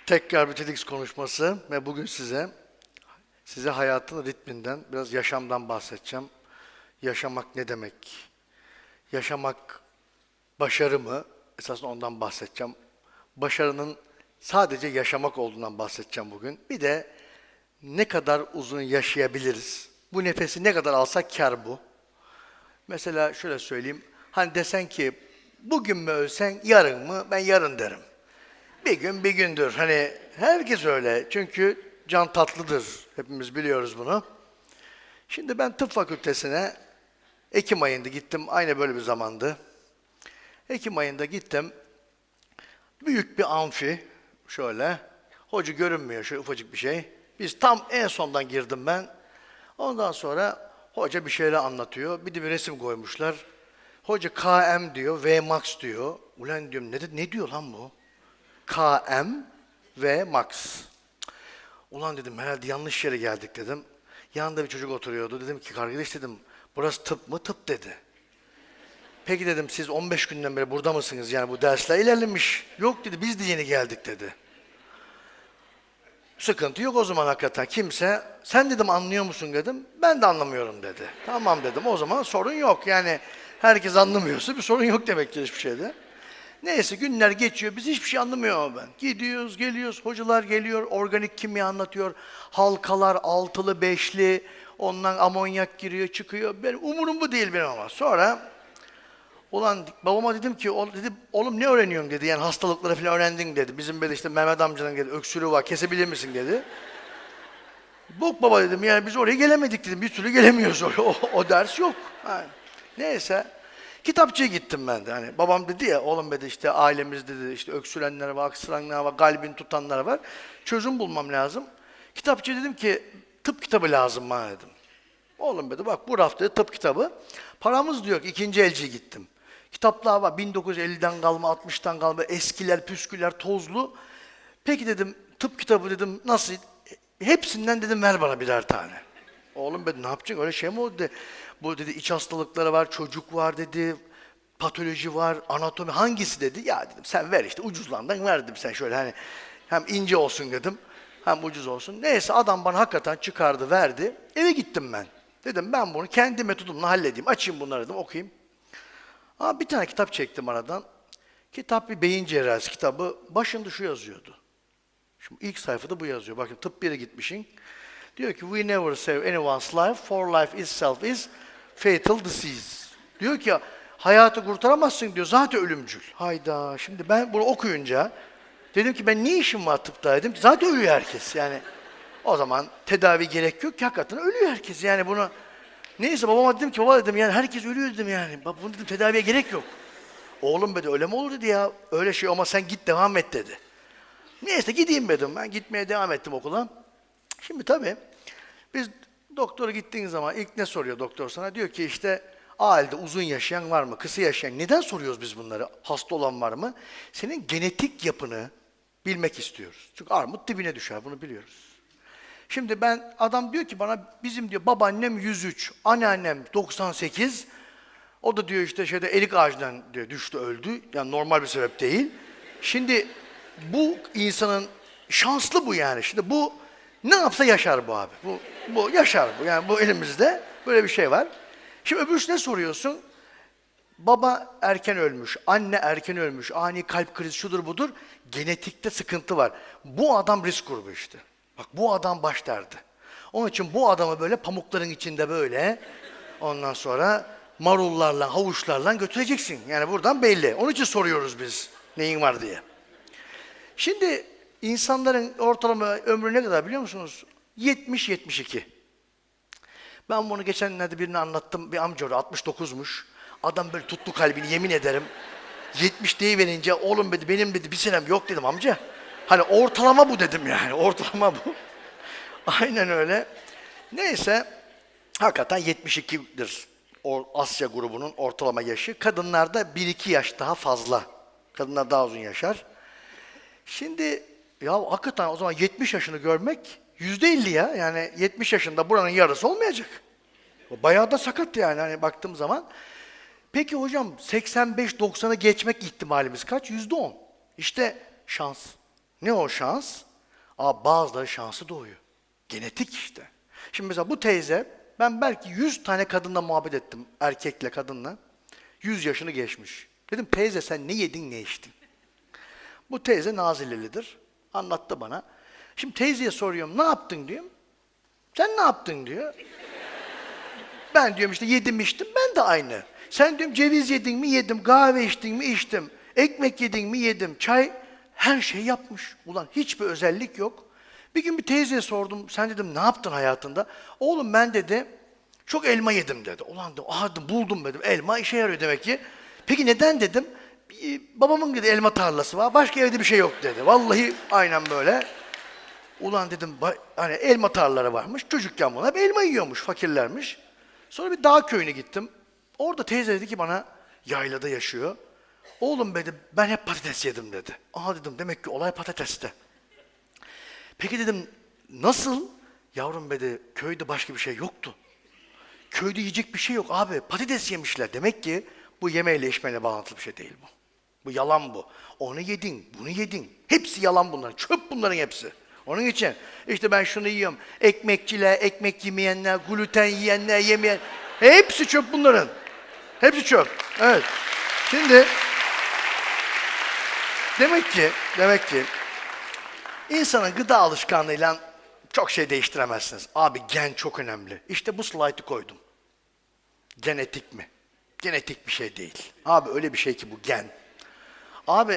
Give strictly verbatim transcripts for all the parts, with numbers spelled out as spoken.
Tekrar bir TEDx konuşması ve bugün size size hayatın ritminden, biraz yaşamdan bahsedeceğim. Yaşamak ne demek? Yaşamak başarı mı? Esasında ondan bahsedeceğim. Başarının sadece yaşamak olduğundan bahsedeceğim bugün. Bir de ne kadar uzun yaşayabiliriz? Bu nefesi ne kadar alsak kâr bu. Mesela şöyle söyleyeyim. Hani desen ki bugün mü ölsen yarın mı? Ben yarın derim. Bir gün bir gündür. Hani herkes öyle. Çünkü can tatlıdır. Hepimiz biliyoruz bunu. Şimdi ben tıp fakültesine Ekim ayında gittim. Aynı böyle bir zamandı. Ekim ayında gittim. Büyük bir amfi. Şöyle. Hoca görünmüyor. Şöyle ufacık bir şey. Biz tam en sondan girdim ben. Ondan sonra hoca bir şeyler anlatıyor. Bir de bir resim koymuşlar. Hoca K M diyor, V max diyor. Ulan diyorum ne, ne diyor lan bu? K M ve Max. Ulan dedim herhalde yanlış yere geldik dedim. Yanında bir çocuk oturuyordu. Dedim ki kardeş dedim burası tıp mı? Tıp dedi. Peki dedim siz on beş günden beri burada mısınız? Yani bu dersler ilerlemiş. Yok dedi biz de yeni geldik dedi. Sıkıntı yok o zaman hakikaten kimse. Sen dedim anlıyor musun dedim. Ben de anlamıyorum dedi. Tamam dedim o zaman sorun yok. Yani herkes anlamıyorsa bir sorun yok demektir hiçbir şeyde. Neyse günler geçiyor, biz hiçbir şey anlamıyor ama ben. Gidiyoruz, geliyoruz, hocalar geliyor, organik kimya anlatıyor. Halkalar altılı, beşli, ondan amonyak giriyor, çıkıyor. Ben umurum bu değil benim ama. Sonra, ulan babama dedim ki, "Oğlum- dedi, oğlum ne öğreniyorsun dedi, yani hastalıkları falan öğrendin dedi. Bizim böyle işte Mehmet amcanın dedi, öksürüğü var, kesebilir misin dedi. Bok baba dedim, yani biz oraya gelemedik dedim, bir türlü gelemiyoruz oraya, o, o ders yok. Yani, neyse. Kitapçıya gittim ben de. Hani babam dedi ya, oğlum dedi işte ailemizde dedi işte öksürenler var, aksıranlar var, kalbin tutanlar var. Çözüm bulmam lazım. Kitapçıya dedim ki tıp kitabı lazım bana dedim. Oğlum dedi bak bu rafta tıp kitabı. Paramız diyor ki ikinci elciye gittim. Kitaplar var bin dokuz yüz elliden kalma, altmıştan kalma, eskiler, püsküler, tozlu. Peki dedim tıp kitabı dedim nasıl? Hepsinden dedim ver bana birer tane. Oğlum ben ne yapacaksın öyle şey mi oldu dedi. Bu dedi iç hastalıkları var, çocuk var dedi, patoloji var, anatomi hangisi dedi. Ya dedim sen ver işte ucuzlandan verdim sen şöyle hani hem ince olsun dedim hem ucuz olsun. Neyse adam bana hakikaten çıkardı verdi. Eve gittim ben. Dedim ben bunu kendi metodumla halledeyim. Açayım bunları dedim okuyayım. Ama bir tane kitap çektim aradan. Kitap bir beyin cerrahisi kitabı. Başında şu yazıyordu. Şimdi ilk sayfada bu yazıyor. Bakın tıp bire gitmişin. Diyor ki we never save anyone's life for life itself is fatal disease. Diyor ki hayatı kurtaramazsın diyor zaten ölümcül. Hayda şimdi ben bunu okuyunca dedim ki ben ne işim var tıpta dedim. Zaten ölüyor herkes yani. O zaman tedavi gerek yok ki hakikaten ölüyor herkes yani bunu. Neyse babama dedim ki baba dedim yani herkes ölüyor dedim yani. Bak bunu dedim tedaviye gerek yok. Oğlum dedi öyle mi olur dedi ya. Öyle şey ama sen git devam et dedi. Neyse gideyim dedim ben gitmeye devam ettim okula. Şimdi tabii biz doktora gittiğin zaman ilk ne soruyor doktor sana? Diyor ki işte ailede uzun yaşayan var mı, kısa yaşayan? Neden soruyoruz biz bunları? Hasta olan var mı? Senin genetik yapını bilmek istiyoruz. Çünkü armut dibine düşer, bunu biliyoruz. Şimdi ben, adam diyor ki bana bizim diyor babaannem yüz üç, anneannem doksan sekiz. O da diyor işte şeyde erik ağacından diyor düştü öldü. Yani normal bir sebep değil. Şimdi bu insanın şanslı bu yani. Şimdi bu ne yapsa yaşar bu abi. Bu, bu yaşar bu. Yani bu elimizde böyle bir şey var. Şimdi öbürsüne soruyorsun. Baba erken ölmüş, anne erken ölmüş, ani kalp krizi şudur budur. Genetikte sıkıntı var. Bu adam risk grubu işte. Bak bu adam baş derdi. Onun için bu adamı böyle pamukların içinde böyle ondan sonra marullarla, havuçlarla götüreceksin. Yani buradan belli. Onun için soruyoruz biz neyin var diye. Şimdi insanların ortalama ömrü ne kadar biliyor musunuz? yetmiş yetmiş iki. Ben bunu geçenlerde birine anlattım. Bir amca orada altmış dokuzmuş. Adam böyle tuttu kalbini yemin ederim. yetmiş deyiverince oğlum dedi benim dedi bir senem yok dedim amca. Hani ortalama bu dedim yani ortalama bu. Aynen öyle. Neyse hakikaten yetmiş ikidir o Asya grubunun ortalama yaşı. Kadınlarda bir iki yaş daha fazla. Kadınlar daha uzun yaşar. Şimdi ya hakikaten o zaman yetmiş yaşını görmek yüzde elli ya. Yani yetmiş yaşında buranın yarısı olmayacak. Bayağı da sakat yani hani baktığım zaman. Peki hocam seksen beş doksanı geçmek ihtimalimiz kaç? yüzde on. İşte şans. Ne o şans? Aa, bazıları şansı doğuyor. Genetik işte. Şimdi mesela bu teyze, ben belki yüz tane kadınla muhabbet ettim. Erkekle, kadınla. Yüz yaşını geçmiş. Dedim teyze sen ne yedin, ne içtin? Bu teyze Nazillilidir. Anlattı bana. Şimdi teyzeye soruyorum, ne yaptın diyorum. Sen ne yaptın diyor. Ben diyorum işte yedim içtim, ben de aynı. Sen diyorum ceviz yedin mi, yedim. Kahve içtin mi, içtim. Ekmek yedin mi, yedim. Çay, her şey yapmış. Ulan hiçbir özellik yok. Bir gün bir teyzeye sordum, sen dedim ne yaptın hayatında? Oğlum ben dedi, çok elma yedim dedi. Ulan dedim, aha dedim, buldum dedim, elma işe yarıyor demek ki. Peki neden dedim? Babamın dedi elma tarlası var, başka evde bir şey yok dedi. Vallahi aynen böyle. Ulan dedim, hani elma tarlaları varmış, çocukken bunlar hep elma yiyormuş, fakirlermiş. Sonra bir dağ köyüne gittim. Orada teyze dedi ki bana, yaylada yaşıyor. Oğlum dedi, ben hep patates yedim dedi. Aha dedim, demek ki olay patateste. Peki dedim, nasıl? Yavrum dedi, köyde başka bir şey yoktu. Köyde yiyecek bir şey yok abi, patates yemişler. Demek ki bu yemeğiyle içmeyle bağlantılı bir şey değil bu. Bu yalan bu. Onu yedin, bunu yedin. Hepsi yalan bunların, çöp bunların hepsi. Onun için işte ben şunu yiyorum, ekmekçiler, ekmek yemeyenler, gluten yiyenler, yemeyen, hepsi çöp bunların. Hepsi çöp. Evet. Şimdi demek ki, demek ki insanın gıda alışkanlığıyla çok şey değiştiremezsiniz. Abi gen çok önemli. İşte bu slaytı koydum. Genetik mi? Genetik bir şey değil. Abi öyle bir şey ki bu gen. Abi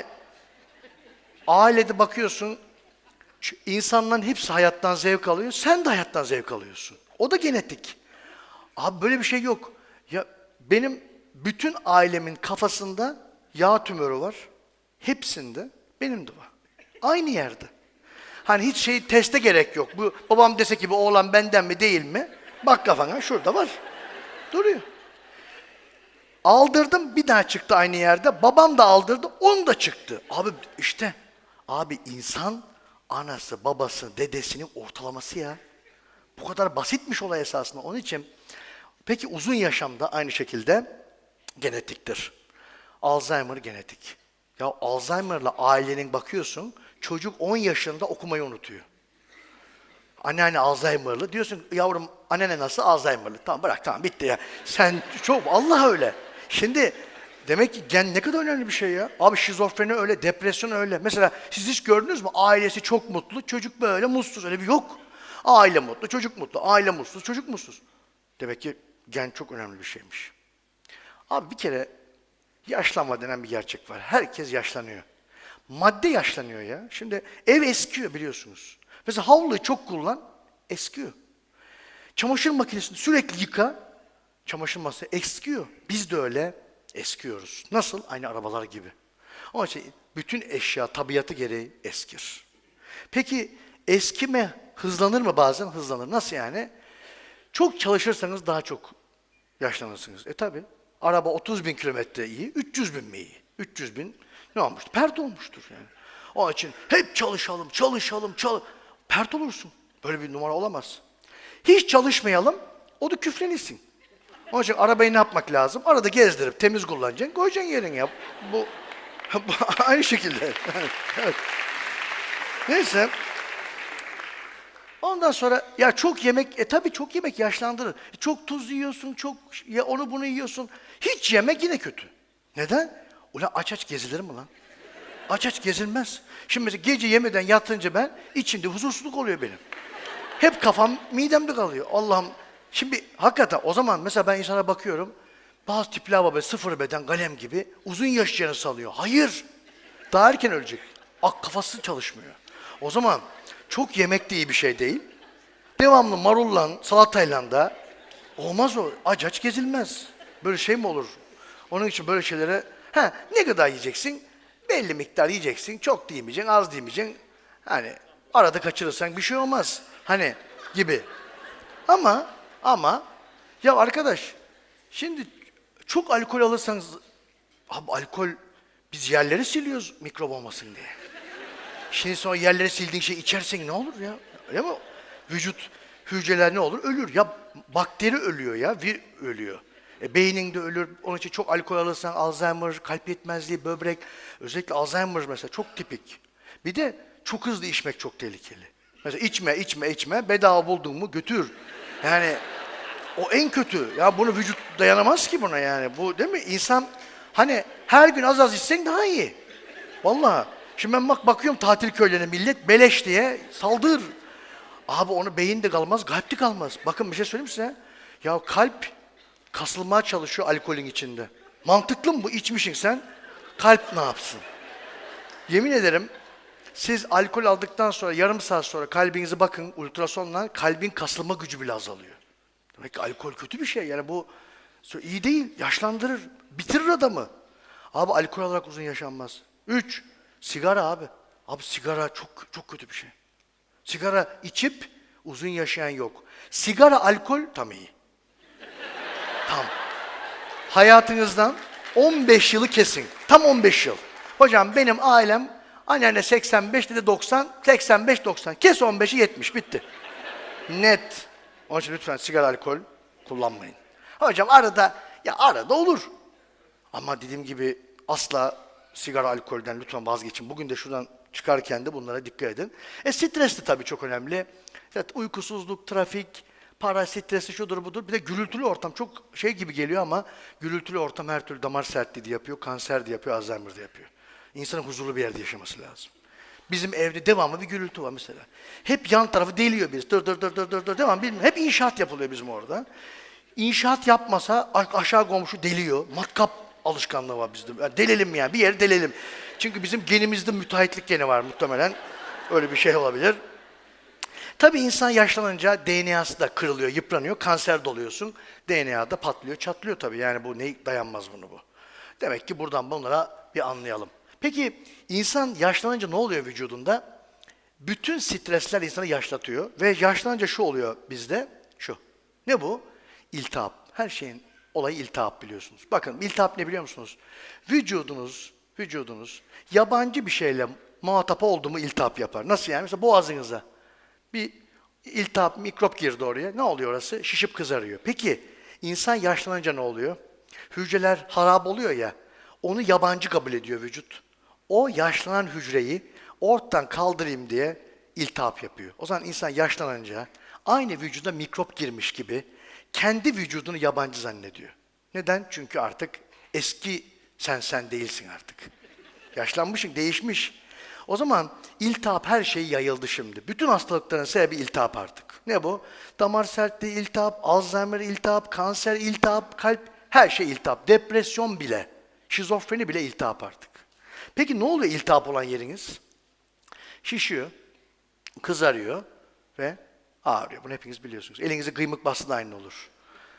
ailede bakıyorsun, insanların hepsi hayattan zevk alıyor, sen de hayattan zevk alıyorsun. O da genetik. Abi böyle bir şey yok. Ya benim bütün ailemin kafasında yağ tümörü var. Hepsinde benim de var. Aynı yerde. Hani hiç şey teste gerek yok. Bu babam dese ki bu oğlan benden mi değil mi? Bak kafana şurada var. Duruyor. Aldırdım bir daha çıktı aynı yerde. Babam da aldırdı, onun da çıktı. Abi işte abi insan anası, babası, dedesinin ortalaması ya. Bu kadar basitmiş olay esasında. Onun için peki uzun yaşamda aynı şekilde genetiktir. Alzheimer genetik. Ya Alzheimer'la ailenin bakıyorsun, çocuk on yaşında okumayı unutuyor. Anneanne Alzheimer'lı. Diyorsun yavrum annene nasıl? Alzheimer'lı. Tamam bırak tamam bitti ya. Sen çok Allah öyle. Şimdi demek ki gen ne kadar önemli bir şey ya. Abi şizofreni öyle, depresyon öyle. Mesela siz hiç gördünüz mü? Ailesi çok mutlu, çocuk böyle mutsuz. Öyle bir yok. Aile mutlu, çocuk mutlu. Aile mutsuz, çocuk mutsuz. Demek ki gen çok önemli bir şeymiş. Abi bir kere yaşlanma denen bir gerçek var. Herkes yaşlanıyor. Madde yaşlanıyor ya. Şimdi ev eskiyor biliyorsunuz. Mesela havluyu çok kullan, eskiyor. Çamaşır makinesini sürekli yıka, çamaşır makinesi eskiyor. Biz de öyle eskiyoruz. Nasıl? Aynı arabalar gibi. Onun için bütün eşya tabiatı gereği eskir. Peki eskime hızlanır mı bazen? Hızlanır. Nasıl yani? Çok çalışırsanız daha çok yaşlanırsınız. E tabi. Araba otuz bin kilometre iyi, üç yüz bin mi iyi? üç yüz bin ne olmuştur? Pert olmuştur yani. Onun için hep çalışalım, çalışalım, çalış. Pert olursun. Böyle bir numara olamaz. Hiç çalışmayalım, o da küflenirsin. Onun için arabayı ne yapmak lazım? Arada gezdirip temiz kullanacaksın, koyacaksın yerine ya. Bu, bu aynı şekilde. Evet. Neyse. Ondan sonra ya çok yemek, e tabii çok yemek yaşlandırır. Çok tuz yiyorsun, çok ya onu bunu yiyorsun. Hiç yemek yine kötü. Neden? Ulan aç aç gezilir mi lan? Aç aç gezilmez. Şimdi mesela gece yemeden yatınca ben içimde huzursuzluk oluyor benim. Hep kafam midemde kalıyor. Allah'ım. Şimdi hakikaten o zaman mesela ben insana bakıyorum. Bazı tipler var böyle sıfır beden kalem gibi uzun yaşayacağını sanıyor. Hayır. Daha erken ölecek. Ak kafası çalışmıyor. O zaman çok yemek de iyi bir şey değil. Devamlı marulla, salatayla da olmaz o. Aç aç gezilmez. Böyle şey mi olur? Onun için böyle şeylere ha ne kadar yiyeceksin? Belli miktar yiyeceksin. Çok da yemeyeceksin, az da yemeyeceksin. Hani arada kaçırırsan bir şey olmaz. Hani gibi. Ama ama ya arkadaş şimdi çok alkol alırsanız abi alkol biz yerleri siliyoruz mikrop olmasın diye. Şimdi sonra yerleri sildiğin şey içersen ne olur ya? Öyle mi? Vücut hücreler ne olur? Ölür. Ya bakteri ölüyor ya, vir ölüyor. E, beynin de ölür. Onun için çok alkol alırsan Alzheimer, kalp yetmezliği, böbrek, özellikle Alzheimer mesela çok tipik. Bir de çok hızlı içmek çok tehlikeli. Mesela içme, içme, içme, bedava buldun mu götür. Yani o en kötü. Ya bunu vücut dayanamaz ki buna yani. Bu değil mi? İnsan hani her gün az az içsen daha iyi. Vallahi. Şimdi ben bak bakıyorum tatil köylerine millet beleş diye saldır. Abi onu beyinde kalmaz, kalpte kalmaz. Bakın bir şey söyleyeyim size. Ya kalp kasılmaya çalışıyor alkolün içinde. Mantıklı mı bu? İçmişsin sen. Kalp ne yapsın? Yemin ederim siz alkol aldıktan sonra yarım saat sonra kalbinizi bakın ultrasonla kalbin kasılma gücü bile azalıyor. Demek ki alkol kötü bir şey. Yani bu iyi değil. Yaşlandırır. Bitirir adamı. Abi alkol olarak uzun yaşanmaz. Üç. Sigara abi. Abi sigara çok çok kötü bir şey. Sigara içip uzun yaşayan yok. Sigara, alkol tam iyi. Tam. Hayatınızdan on beş yılı kesin. Tam on beş yıl. Hocam benim ailem anneanne seksen beş dedi doksan, seksen beş doksan. Kes on beşi yetmiş bitti. Net. Onun için lütfen sigara, alkol kullanmayın. Hocam arada, ya arada olur. Ama dediğim gibi asla sigara, alkolden lütfen vazgeçin. Bugün de şuradan çıkarken de bunlara dikkat edin. E stres de tabii çok önemli. Evet, uykusuzluk, trafik, para stresi şudur budur. Bir de gürültülü ortam çok şey gibi geliyor ama gürültülü ortam her türlü damar sertliği de yapıyor, kanser de yapıyor, Alzheimer de yapıyor. İnsanın huzurlu bir yerde yaşaması lazım. Bizim evde devamlı bir gürültü var mesela. Hep yan tarafı deliyor biz. Dur dur dur dur dur dur devam bilmiyorum. Hep inşaat yapılıyor bizim orada. İnşaat yapmasa aşağı komşu deliyor. Matkap alışkanlığı var bizde. Yani delelim yani bir yeri delelim. Çünkü bizim genimizde müteahhitlik geni var muhtemelen. Öyle bir şey olabilir. Tabii insan yaşlanınca D N A'sı da kırılıyor, yıpranıyor. Kanser doluyorsun. D N A'da patlıyor, çatlıyor tabii. Yani bu ne dayanmaz bunu bu. Demek ki buradan bunlara bir anlayalım. Peki insan yaşlanınca ne oluyor vücudunda? Bütün stresler insanı yaşlatıyor ve yaşlanınca şu oluyor bizde, şu. Ne bu? İltihap. Her şeyin olayı iltihap biliyorsunuz. Bakın iltihap ne biliyor musunuz? Vücudunuz, vücudunuz yabancı bir şeyle muhatap oldu mu iltihap yapar. Nasıl yani? Mesela boğazınıza bir iltihap, mikrop girdi oraya. Ne oluyor orası? Şişip kızarıyor. Peki insan yaşlanınca ne oluyor? Hücreler harap oluyor ya, onu yabancı kabul ediyor vücut. O yaşlanan hücreyi ortadan kaldırayım diye iltihap yapıyor. O zaman insan yaşlanınca aynı vücuda mikrop girmiş gibi kendi vücudunu yabancı zannediyor. Neden? Çünkü artık eski sen sen değilsin artık. Yaşlanmışsın, değişmiş. O zaman iltihap her şey yayıldı şimdi. Bütün hastalıkların sebebi iltihap artık. Ne bu? Damar sertliği iltihap, Alzheimer iltihap, kanser iltihap, kalp, her şey iltihap. Depresyon bile, şizofreni bile iltihap artık. Peki ne oluyor iltihap olan yeriniz? Şişiyor, kızarıyor ve ağrıyor. Bunu hepiniz biliyorsunuz. Elinizi kıymık bastığında aynı olur.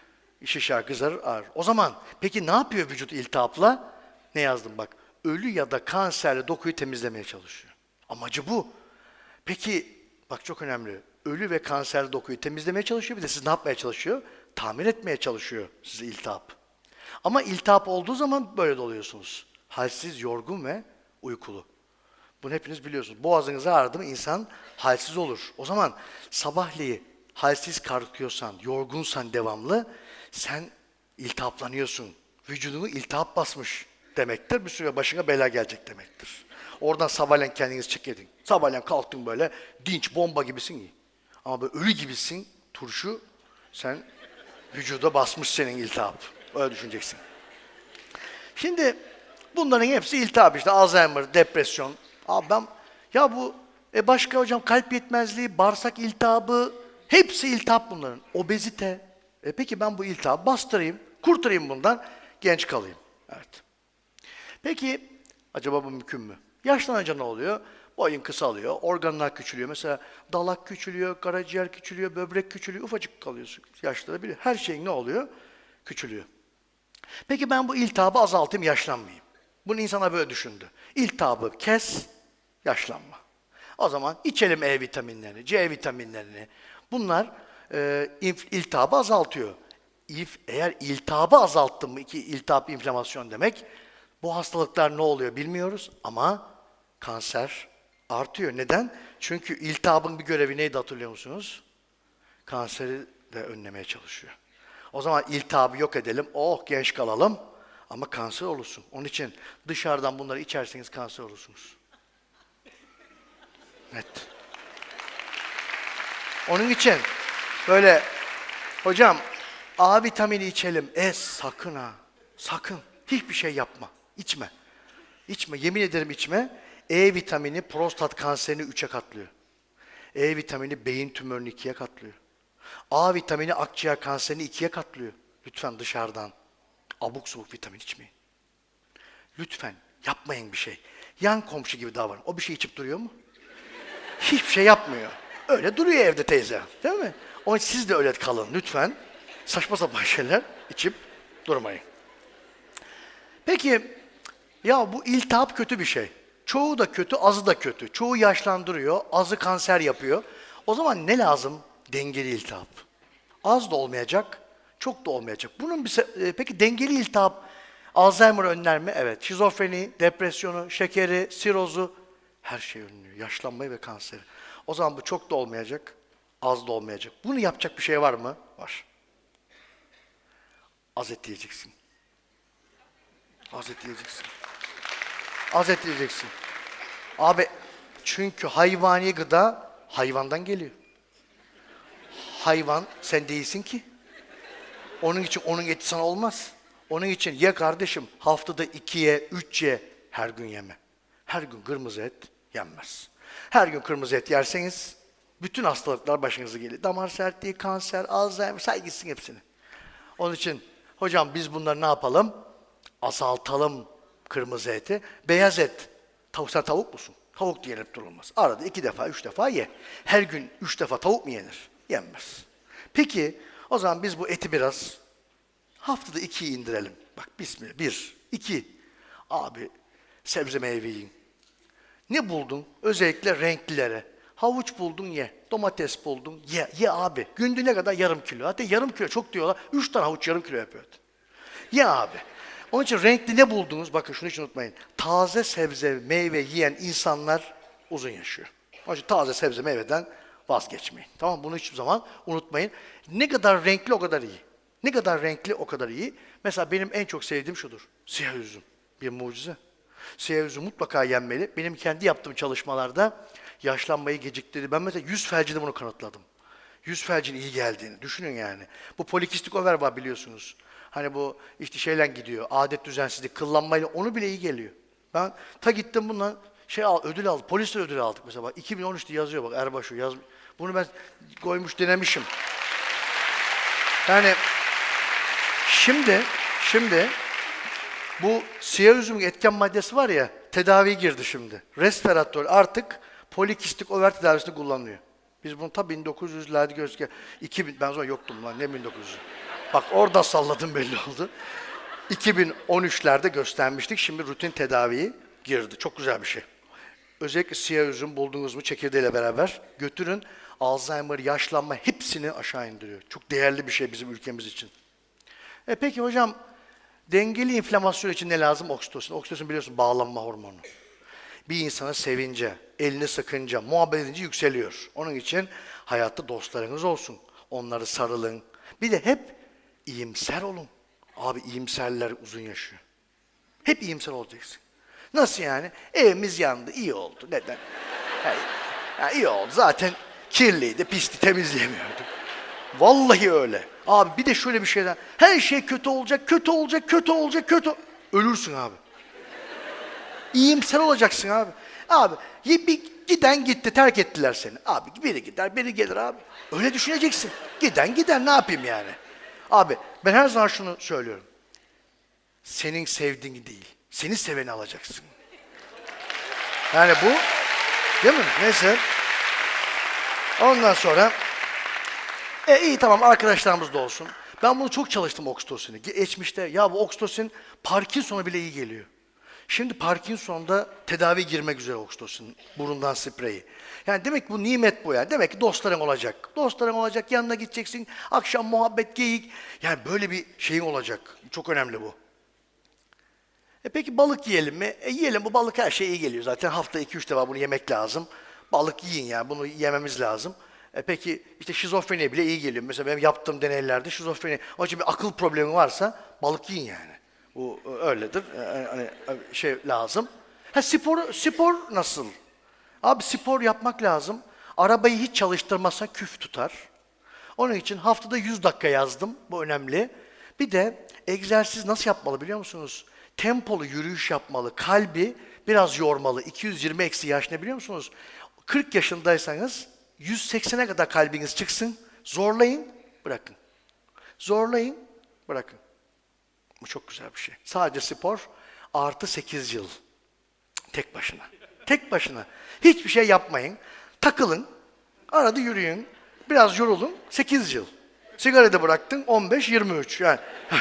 Şişer, kızarır, ağrır. O zaman peki ne yapıyor vücut iltihapla? Ne yazdım bak? Ölü ya da kanserli dokuyu temizlemeye çalışıyor. Amacı bu. Peki bak çok önemli. Ölü ve kanserli dokuyu temizlemeye çalışıyor. Bir de siz ne yapmaya çalışıyor? Tamir etmeye çalışıyor sizi iltihap. Ama iltihap olduğu zaman böyle doluyorsunuz. Halsiz, yorgun ve uykulu. Bunu hepiniz biliyorsunuz. Boğazınız ağrıdı mı insan halsiz olur. O zaman sabahleyi halsiz kalkıyorsan, yorgunsan devamlı, sen iltihaplanıyorsun. Vücudunu iltihap basmış demektir. Bir süre başına bela gelecek demektir. Oradan sabahleyin kendinizi çek edin. Sabahleyin kalktın böyle dinç, bomba gibisin ki. Ama böyle ölü gibisin, turşu, sen vücuda basmış senin iltihap. Öyle düşüneceksin. Şimdi bunların hepsi iltihap işte. Alzheimer, depresyon. Abi ben, ya bu e başka hocam kalp yetmezliği, bağırsak iltihabı, hepsi iltihap bunların. Obezite. E peki ben bu iltihabı bastırayım, kurtarayım bundan, genç kalayım. Evet. Peki acaba bu mümkün mü? Yaşlanınca ne oluyor? Boyun kısalıyor, organlar küçülüyor. Mesela dalak küçülüyor, karaciğer küçülüyor, böbrek küçülüyor, ufacık kalıyorsun. Yaşlanabilir. Her şeyin ne oluyor? Küçülüyor. Peki ben bu iltihabı azaltayım, yaşlanmayayım. Bunu insana böyle düşündü. İltihabı kes, yaşlanma. O zaman içelim E vitaminlerini, C vitaminlerini. Bunlar e, iltihabı azaltıyor. İf, eğer iltihabı azalttın mı, ki iltihap inflamasyon demek, bu hastalıklar ne oluyor bilmiyoruz ama kanser artıyor. Neden? Çünkü iltihabın bir görevi neydi hatırlıyor musunuz? Kanseri de önlemeye çalışıyor. O zaman iltihabı yok edelim, oh genç kalalım ama kanser olursun. Onun için dışarıdan bunları içerseniz kanser olursunuz. Net. Onun için böyle hocam A vitamini içelim. E sakın ha. Sakın. Hiçbir şey yapma. İçme. İçme. Yemin ederim içme. E vitamini prostat kanserini üçe katlıyor. E vitamini beyin tümörünü ikiye katlıyor. A vitamini akciğer kanserini ikiye katlıyor. Lütfen dışarıdan abuk subuk vitamin içmeyin. Lütfen yapmayın bir şey. Yan komşu gibi davranın. O bir şey içip duruyor mu? Hiçbir şey yapmıyor. Öyle duruyor evde teyze. Değil mi? Onun için siz de öyle kalın lütfen. Saçma sapan şeyler içip durmayın. Peki ya bu iltihap kötü bir şey. Çoğu da kötü, azı da kötü. Çoğu yaşlandırıyor, azı kanser yapıyor. O zaman ne lazım? Dengeli iltihap. Az da olmayacak, çok da olmayacak. Bunun bir se- e, peki dengeli iltihap Alzheimer önler mi? Evet. Şizofreni, depresyonu, şekeri, sirozu her şey önlüyor. Yaşlanmayı ve kanseri. O zaman bu çok da olmayacak, az da olmayacak. Bunu yapacak bir şey var mı? Var. Az et yiyeceksin. Az et yiyeceksin. Az et yiyeceksin. Abi çünkü hayvani gıda hayvandan geliyor. Hayvan sen değilsin ki. Onun için onun eti sana olmaz. Onun için ye kardeşim haftada ikiye, üç ye her gün yeme. Her gün kırmızı et yenmez. Her gün kırmızı et yerseniz bütün hastalıklar başınıza gelir. Damar sertliği, kanser, Alzheimer say gitsin hepsini. Onun için hocam biz bunları ne yapalım? Azaltalım kırmızı eti. Beyaz et. Tavuk, sen tavuk musun? Tavuk diye yenip durulmaz. Arada iki defa, üç defa ye. Her gün üç defa tavuk mu yenir? Yenmez. Peki o zaman biz bu eti biraz haftada ikiye indirelim. Bak bismillah. Bir, iki. Abi sebze meyve yiyin. Ne buldun? Özellikle renklilere. Havuç buldun ye. Domates buldun ye. Ye abi. Günde ne kadar? Yarım kilo. Hatta yarım kilo çok diyorlar. Üç tane havuç yarım kilo yapıyor. Ye abi. Onun için renkli ne buldunuz? Bakın şunu hiç unutmayın. Taze sebze, meyve yiyen insanlar uzun yaşıyor. Onun için taze sebze, meyveden vazgeçmeyin. Tamam mı? Bunu hiçbir zaman unutmayın. Ne kadar renkli o kadar iyi. Ne kadar renkli o kadar iyi. Mesela benim en çok sevdiğim şudur. Siyah üzüm. Bir mucize. Siyah üzüm mutlaka yenmeli. Benim kendi yaptığım çalışmalarda yaşlanmayı geciktirdi. Ben mesela yüz felcinde bunu kanıtladım. Yüz felcinin iyi geldiğini. Düşünün yani. Bu polikistik over var biliyorsunuz. Hani bu işte şeyle gidiyor. Adet düzensizlik, kıllanmayla onu bile iyi geliyor. Ben ta gittim bundan şey al, ödül aldım. Polis de ödül aldık mesela. Bak iki bin on üçte yazıyor bak Erbaşu yaz. Bunu ben koymuş denemişim. Yani şimdi şimdi bu siyah üzümün etken maddesi var ya tedavi girdi şimdi. Resveratrol artık polikistik over tedavisinde kullanılıyor. Biz bunu ta bin dokuz yüzlerde gözüküyor. iki bin ben sonra yoktum lan ne bin dokuz yüz. Bak orada salladım belli oldu. iki bin on üçlerde göstermiştik. Şimdi rutin tedaviyi girdi. Çok güzel bir şey. Özellikle siyah üzüm buldunuz mu çekirdeğiyle beraber götürün. Alzheimer, yaşlanma hepsini aşağı indiriyor. Çok değerli bir şey bizim ülkemiz için. E peki hocam dengeli inflamasyon için ne lazım? Oksitosin. Oksitosin biliyorsun bağlanma hormonu. Bir insana sevince, elini sıkınca, muhabbet edince yükseliyor. Onun için hayatta dostlarınız olsun. Onları sarılın. Bir de hep iyimser olun. Abi iyimserler uzun yaşıyor. Hep iyimser olacaksın. Nasıl yani? Evimiz yandı, iyi oldu. Neden? Yani, yani iyi oldu. Zaten kirliydi, pisti, temizleyemiyorduk. Vallahi öyle. Abi bir de şöyle bir şeyden. Her şey kötü olacak, kötü olacak, kötü olacak, kötü. Ölürsün abi. İyimser olacaksın abi. Abi bir giden gitti, terk ettiler seni. Abi biri gider, biri gelir abi. Öyle düşüneceksin. Giden gider, ne yapayım yani? Abi ben her zaman şunu söylüyorum. Senin sevdiğini değil, seni seveni alacaksın. Yani bu, değil mi? Neyse. Ondan sonra, e iyi tamam arkadaşlarımız da olsun. Ben bunu çok çalıştım oksitosini. Geçmişte ya bu oksitosin Parkinson'a bile iyi geliyor. Şimdi Parkinson'da tedavi girmek üzere oksitosin, burundan spreyi. Yani demek ki bu nimet bu yani. Demek ki dostların olacak. Dostların olacak, yanına gideceksin. Akşam muhabbet, geyik. Yani böyle bir şeyin olacak. Çok önemli bu. E peki balık yiyelim mi? E yiyelim, bu balık her şeye iyi geliyor. Zaten hafta iki üç defa bunu yemek lazım. Balık yiyin yani, bunu yememiz lazım. E peki işte şizofreni bile iyi geliyor. Mesela benim yaptığım deneylerde şizofreni, onun için bir akıl problemi varsa balık yiyin yani. Bu öyledir. Hani şey lazım. Ha spor spor nasıl? Abi spor yapmak lazım. Arabayı hiç çalıştırmazsan küf tutar. Onun için haftada yüz dakika yazdım. Bu önemli. Bir de egzersiz nasıl yapmalı biliyor musunuz? Tempolu yürüyüş yapmalı. Kalbi biraz yormalı. iki yüz yirmi eksi yaş ne biliyor musunuz? kırk yaşındaysanız yüz seksene kadar kalbiniz çıksın. Zorlayın, bırakın. Zorlayın, bırakın. Bu çok güzel bir şey. Sadece spor artı sekiz yıl. Tek başına. Tek başına. Hiçbir şey yapmayın. Takılın. Arada yürüyün. Biraz yorulun. sekiz yıl. Sigarayı da bıraktın. on beş yirmi üç. Yani.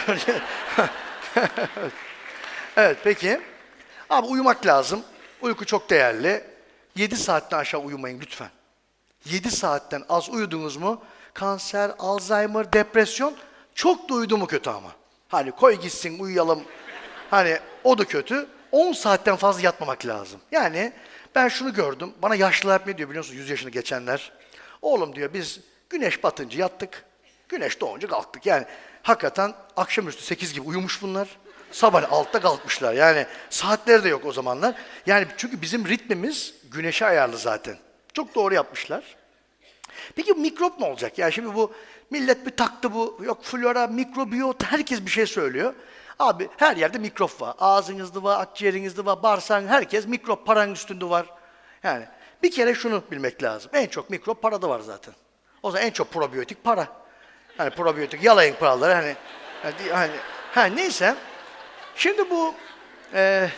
Evet peki. Abi uyumak lazım. Uyku çok değerli. yedi saatten aşağı uyumayın lütfen. yedi saatten az uyudunuz mu? Kanser, Alzheimer, depresyon çok da uyudu mu kötü ama. Hani koy gitsin uyuyalım. Hani o da kötü. on saatten fazla yatmamak lazım. Yani ben şunu gördüm. Bana yaşlılar hep ne diyor biliyor musunuz? yüz yaşını geçenler. Oğlum diyor biz güneş batınca yattık. Güneş doğunca kalktık. Yani hakikaten akşamüstü sekiz gibi uyumuş bunlar. Sabah altta kalkmışlar. Yani saatleri de yok o zamanlar. Yani çünkü bizim ritmimiz güneşe ayarlı zaten. Çok doğru yapmışlar. Peki bu mikrop ne olacak? Yani şimdi bu millet bir taktı bu, yok flora, mikrobiyot, herkes bir şey söylüyor. Abi her yerde mikrop var. Ağzınızda var, akciğerinizde var, bağırsağın, herkes mikrop paranın üstünde var. Yani bir kere şunu bilmek lazım. En çok mikrop parada var zaten. O zaman en çok probiyotik para. Hani probiyotik yalayın paraları hani hani, hani ha, neyse. Şimdi bu e,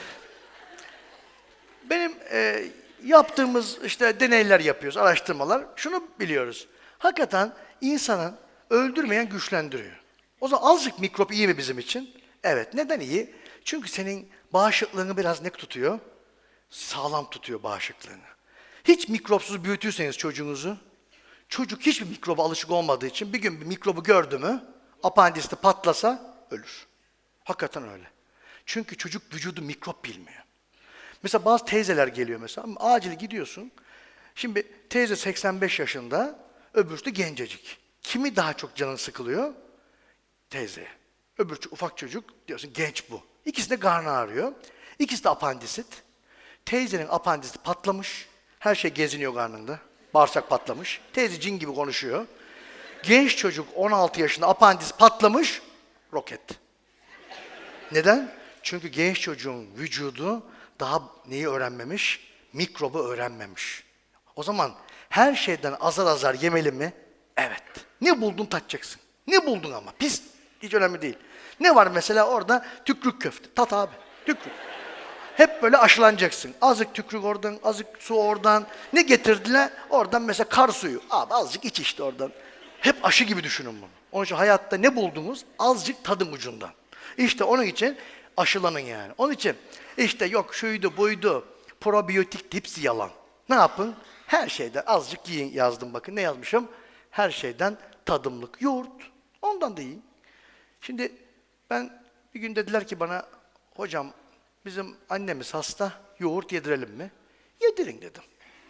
benim e, yaptığımız işte deneyler yapıyoruz, araştırmalar. Şunu biliyoruz. Hakikaten insanı öldürmeyen güçlendiriyor. O zaman azıcık mikrop iyi mi bizim için? Evet. Neden iyi? Çünkü senin bağışıklığını biraz ne tutuyor? Sağlam tutuyor bağışıklığını. Hiç mikropsuz büyütürseniz çocuğunuzu, çocuk hiçbir mikroba alışık olmadığı için bir gün bir mikrobu gördü mü, apandisti patlasa ölür. Hakikaten öyle. Çünkü çocuk vücudu mikrop bilmiyor. Mesela bazı teyzeler geliyor mesela, acil gidiyorsun. Şimdi teyze seksen beş yaşında, öbürsü de gencecik. Kimi daha çok canın sıkılıyor? Teyzeye. Öbür ufak çocuk diyorsun genç bu. İkisi de karnı ağrıyor. İkisi de apandisit. Teyzenin apandisiti patlamış. Her şey geziniyor karnında. Bağırsak patlamış. Teyze cin gibi konuşuyor. Genç çocuk on altı yaşında apandis patlamış. Roket. Neden? Çünkü genç çocuğun vücudu daha neyi öğrenmemiş? Mikrobu öğrenmemiş. O zaman her şeyden azar azar yemeli mi? Evet. Ne buldun tatacaksın. Ne buldun ama? Pis. Hiç önemli değil. Ne var mesela orada? Tükrük köfte. Tat abi. Tükrük. Hep böyle aşılanacaksın. Azıcık tükrük oradan, azıcık su oradan. Ne getirdiler? Oradan mesela kar suyu. Abi azıcık iç işte oradan. Hep aşı gibi düşünün bunu. Onun için hayatta ne buldunuz? Azıcık tadın ucundan. İşte onun için aşılanın yani. Onun için işte yok şuydu buydu, probiyotik hepsi yalan. Ne yapın? Her şeyden azıcık yiyin yazdım bakın. Ne yazmışım? Her şeyden tadımlık. Yoğurt. Ondan da yiyin. Şimdi ben bir gün dediler ki bana, hocam bizim annemiz hasta, yoğurt yedirelim mi? Yedirin dedim.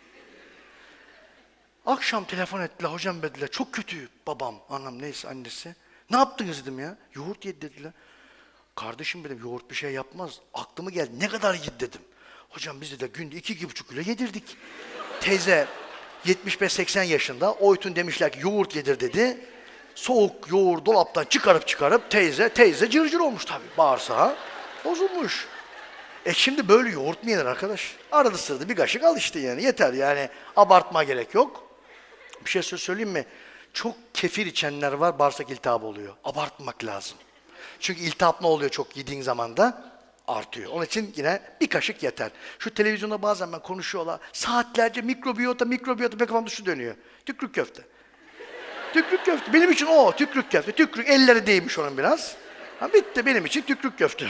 Akşam telefon ettiler, hocam dediler, çok kötü babam, anam neyse annesi. Ne yaptınız dedim ya, yoğurt yedi dediler. Kardeşim dedim, yoğurt bir şey yapmaz. Aklıma geldi, ne kadar yedi dedim. Hocam biz de günde iki, iki buçuk kilo yedirdik. Teyze yetmiş beş seksen yaşında, Oytun demişler ki yoğurt yedir dedi. Soğuk yoğurt dolaptan çıkarıp çıkarıp teyze, teyze cırcır olmuş tabii bağırsağı. Bozulmuş. E şimdi böyle yoğurt mu yenir arkadaş? Arada sırada bir kaşık al işte yani yeter yani abartma gerek yok. Bir şey söyleyeyim mi? Çok kefir içenler var bağırsak iltihabı oluyor. Abartmamak lazım. Çünkü iltihap ne oluyor çok yediğin zaman da? Artıyor. Onun için yine bir kaşık yeter. Şu televizyonda bazen ben konuşuyorlar. Saatlerce mikrobiyota, mikrobiyota, kafamda şu dönüyor. Tükrük köfte. Tükrük köfte. Benim için o tükrük köfte. Tükrük elleri değmiş onun biraz. Ha, bitti benim için tükrük köfte.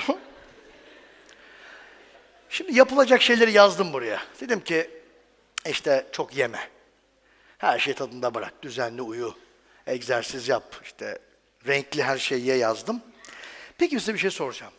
Şimdi yapılacak şeyleri yazdım buraya. Dedim ki işte çok yeme. Her şey tadında bırak. Düzenli uyu. Egzersiz yap. İşte renkli her şeyi ye yazdım. Peki size bir şey soracağım.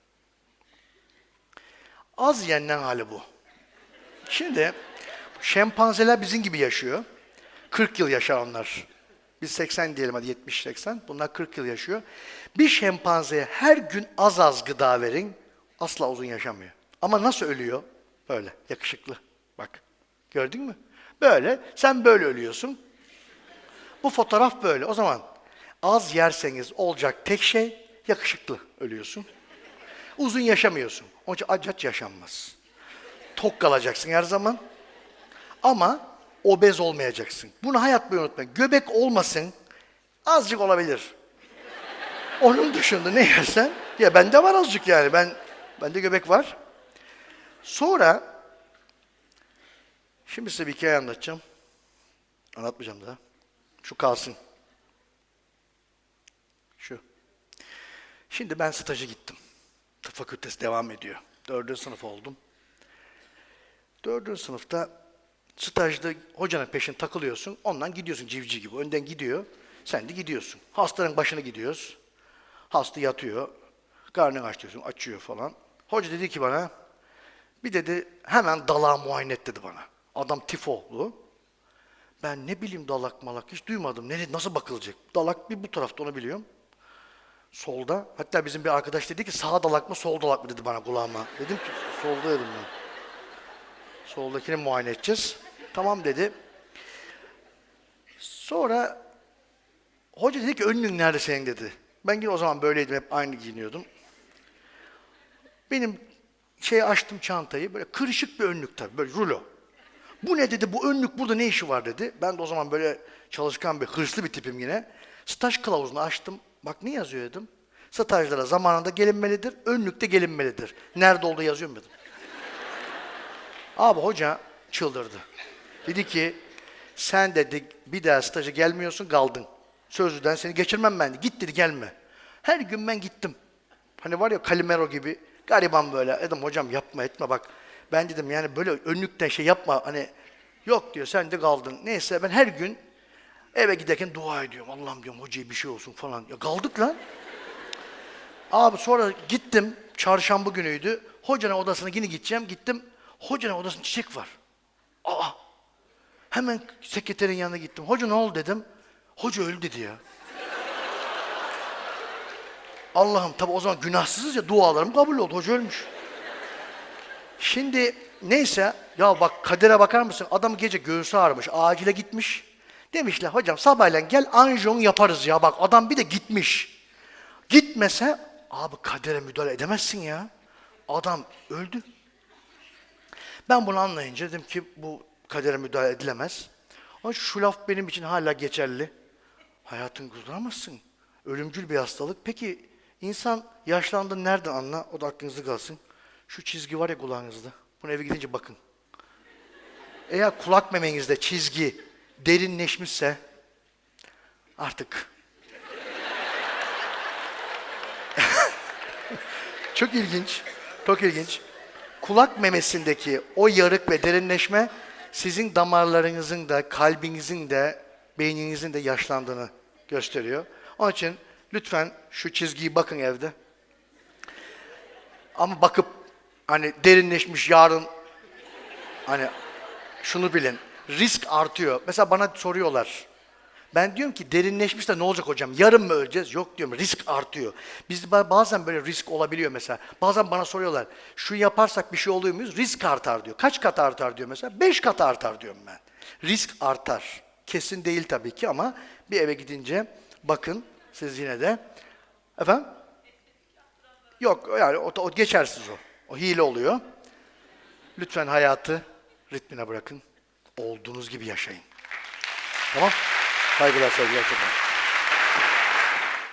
Az yenilen hali bu. Şimdi şempanzeler bizim gibi yaşıyor. kırk yıl yaşar onlar. Biz seksen diyelim hadi yetmiş seksen. Bunlar kırk yıl yaşıyor. Bir şempanzeye her gün az az gıda verin. Asla uzun yaşamıyor. Ama nasıl ölüyor? Böyle yakışıklı. Bak. Gördün mü? Böyle. Sen böyle ölüyorsun. Bu fotoğraf böyle. O zaman az yerseniz olacak tek şey yakışıklı ölüyorsun. Uzun yaşamıyorsun. Onun için aç aç yaşanmaz. Tok kalacaksın her zaman. Ama obez olmayacaksın. Bunu hayat boyu unutmayın. Göbek olmasın, azıcık olabilir. Onun dışında ne yersen, ya bende var azıcık yani. Ben bende göbek var. Sonra, şimdi size bir hikaye anlatacağım. Anlatmayacağım daha. Şu kalsın. Şu. Şimdi ben staja gittim. Tıp fakültesi devam ediyor. Dördüncü sınıf oldum. Dördüncü sınıfta stajda hocanın peşine takılıyorsun. Ondan gidiyorsun civciv gibi. Önden gidiyor. Sen de gidiyorsun. Hastanın başına gidiyoruz. Hasta yatıyor. Karnını aç diyorsun. Açıyor falan. Hoca dedi ki bana, bir dedi hemen dalağı muayene et dedi bana. Adam tifolu. Ben ne bileyim dalak malak hiç duymadım. Nerede, nasıl bakılacak? Dalak bir bu tarafta, onu biliyorum. Solda. Hatta bizim bir arkadaş dedi ki sağ dalak mı sol dalak mı dedi bana kulağıma. Dedim ki solda dedim ben. Soldakini muayene edeceğiz. Tamam dedi. Sonra hoca dedi ki önlüğün nerede senin dedi. Ben yine o zaman böyleydim, hep aynı giyiniyordum. Benim şey açtım çantayı, böyle kırışık bir önlük tabii, böyle rulo. Bu ne dedi, bu önlük burada ne işi var dedi. Ben de o zaman böyle çalışkan bir, hırslı bir tipim yine. Staj kılavuzunu açtım. Bak ne yazıyor dedim. Stajlara zamanında gelinmelidir, önlükte gelinmelidir. Nerede olduğu yazıyor mu dedim. Abi hoca çıldırdı. Dedi ki, sen dedi bir daha staja gelmiyorsun, kaldın. Sözlüden seni geçirmem ben de. Git dedi, gelme. Her gün ben gittim. Hani var ya Calimero gibi, gariban böyle. Dedim hocam yapma etme bak. Ben dedim yani böyle önlükten şey yapma. Hani yok diyor, sen de kaldın. Neyse ben her gün eve giderken dua ediyorum. Allah'ım diyorum hocaya bir şey olsun falan. Ya kaldık lan. Abi sonra gittim, çarşamba günüydü. Hocanın odasına yine gideceğim. Gittim, hocanın odasında çiçek var. Aa! Hemen sekreterin yanına gittim. Hoca ne oldu dedim. Hoca öldü dedi ya. Allah'ım tabi o zaman günahsızız ya, dualarım kabul oldu. Hoca ölmüş. Şimdi neyse ya bak kadere bakar mısın? Adam gece göğsü ağrımış, acile gitmiş. Demişler hocam sabahleyin gel anjiyon yaparız ya. Bak adam bir de gitmiş. Gitmese abi kadere müdahale edemezsin ya. Adam öldü. Ben bunu anlayınca dedim ki bu kadere müdahale edilemez. Ama şu laf benim için hala geçerli. Hayatını kurtaramazsın. Ölümcül bir hastalık. Peki insan yaşlandığını nereden anla? O da aklınızda kalsın. Şu çizgi var ya kulağınızda. Bunu eve gidince bakın. Eğer kulak memenizde çizgi derinleşmişse artık çok ilginç. Çok ilginç. Kulak memesindeki o yarık ve derinleşme sizin damarlarınızın da, kalbinizin de, beyninizin de yaşlandığını gösteriyor. Onun için lütfen şu çizgiyi bakın evde. Ama bakıp hani derinleşmiş yarın hani şunu bilin, risk artıyor. Mesela bana soruyorlar. Ben diyorum ki derinleşmiş de ne olacak hocam? Yarın mı öleceğiz? Yok diyorum, risk artıyor. Biz bazen böyle risk olabiliyor mesela. Bazen bana soruyorlar. Şu yaparsak bir şey oluyor muyuz? Risk artar diyor. Kaç kat artar diyor mesela? Beş kat artar diyorum ben. Risk artar. Kesin değil tabii ki ama bir eve gidince bakın siz yine de. Efendim? Yok yani o, o geçersiz o. O hile oluyor. Lütfen hayatı ritmine bırakın. Olduğunuz gibi yaşayın. Tamam? Saygılar, sevgiler.